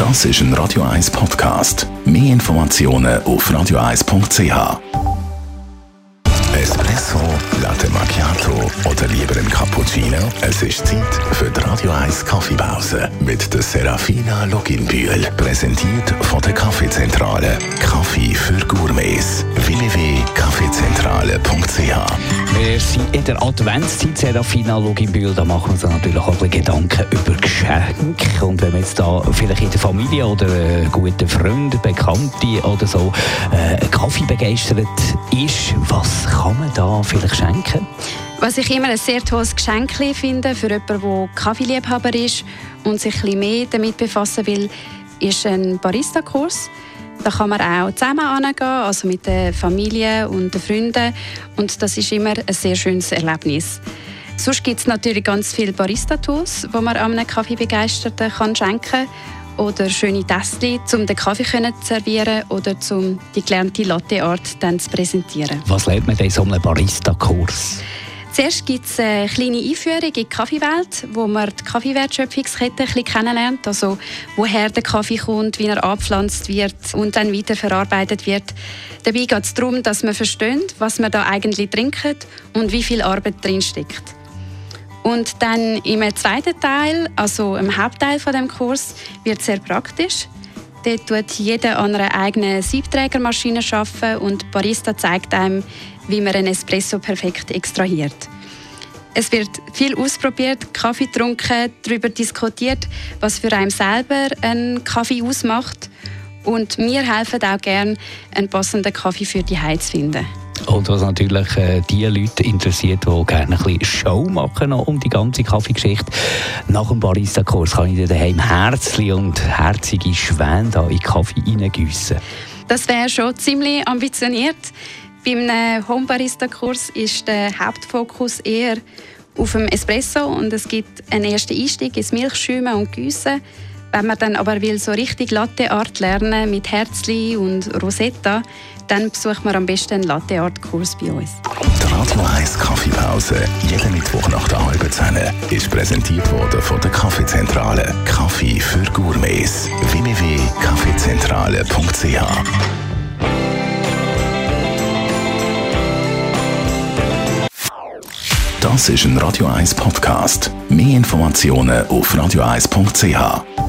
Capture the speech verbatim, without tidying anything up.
Das ist ein Radio eins Podcast. Mehr Informationen auf radio eins punkt c h. Espresso, Latte Macchiato oder lieber ein Cappuccino? Es ist Zeit für die Radio eins Kaffeepause mit der Serafina Loginbühl. Präsentiert von der Kaffeezentrale. Kaffee für Gourmets. w w w punkt kaffeezentrale punkt c h. Wir sind in der Adventszeit, Serafina Loginbühl, da machen wir uns natürlich auch ein bisschen Gedanken über Geschenke. Und wenn man jetzt da vielleicht in der Familie oder äh, guten Freunden, Bekannte oder so äh, Kaffee begeistert ist, was kann man da vielleicht schenken? Was ich immer ein sehr tolles Geschenk finde für jemanden, der Kaffeeliebhaber ist und sich ein bisschen mehr damit befassen will, ist ein Barista-Kurs. Da kann man auch zusammen hingehen, also mit der Familie und den Freunden. Und das ist immer ein sehr schönes Erlebnis. Sonst gibt es natürlich ganz viele Barista-Tools, die man einem Kaffeebegeisterten kann schenken kann. Oder schöne Tässchen, um den Kaffee zu servieren oder um die gelernte Latte-Art dann zu präsentieren. Was lernt man denn in so einem Barista-Kurs? Zuerst gibt es eine kleine Einführung in die Kaffeewelt, wo man die Kaffeewertschöpfungskette ein bisschen kennenlernt, also woher der Kaffee kommt, wie er angepflanzt wird und dann weiterverarbeitet wird. Dabei geht es darum, dass man versteht, was man da eigentlich trinkt und wie viel Arbeit drinsteckt. Und dann im zweiten Teil, also im Hauptteil von dem Kurs, wird es sehr praktisch. Dort tut jeder an einer eigenen Siebträgermaschine arbeiten und Barista zeigt einem, wie man einen Espresso perfekt extrahiert. Es wird viel ausprobiert, Kaffee getrunken, darüber diskutiert, was für einen selber einen Kaffee ausmacht. Und wir helfen auch gerne, einen passenden Kaffee für die Hause zu finden. Und was natürlich äh, die Leute interessiert, die gerne ein bisschen Show machen noch um die ganze Kaffeegeschichte. Nach dem Barista-Kurs kann ich dir daheim Herzli und herzige Schwäne da in den Kaffee reingiessen. Das wäre schon ziemlich ambitioniert. Beim Home-Barista-Kurs ist der Hauptfokus eher auf dem Espresso und es gibt einen ersten Einstieg ins Milchschäumen und Giessen. Wenn man dann aber will, so richtig Latte-Art lernen mit Herzli und Rosetta, dann besucht man am besten einen Latte-Art-Kurs bei uns. Die Radio eins Kaffeepause, jeden Mittwoch nach der halben Zehn, ist präsentiert worden von der Kaffeezentrale. Kaffee für Gourmets. w w w punkt kaffeezentrale punkt c h. Das ist ein Radio eins Podcast. Mehr Informationen auf radio eins punkt c h.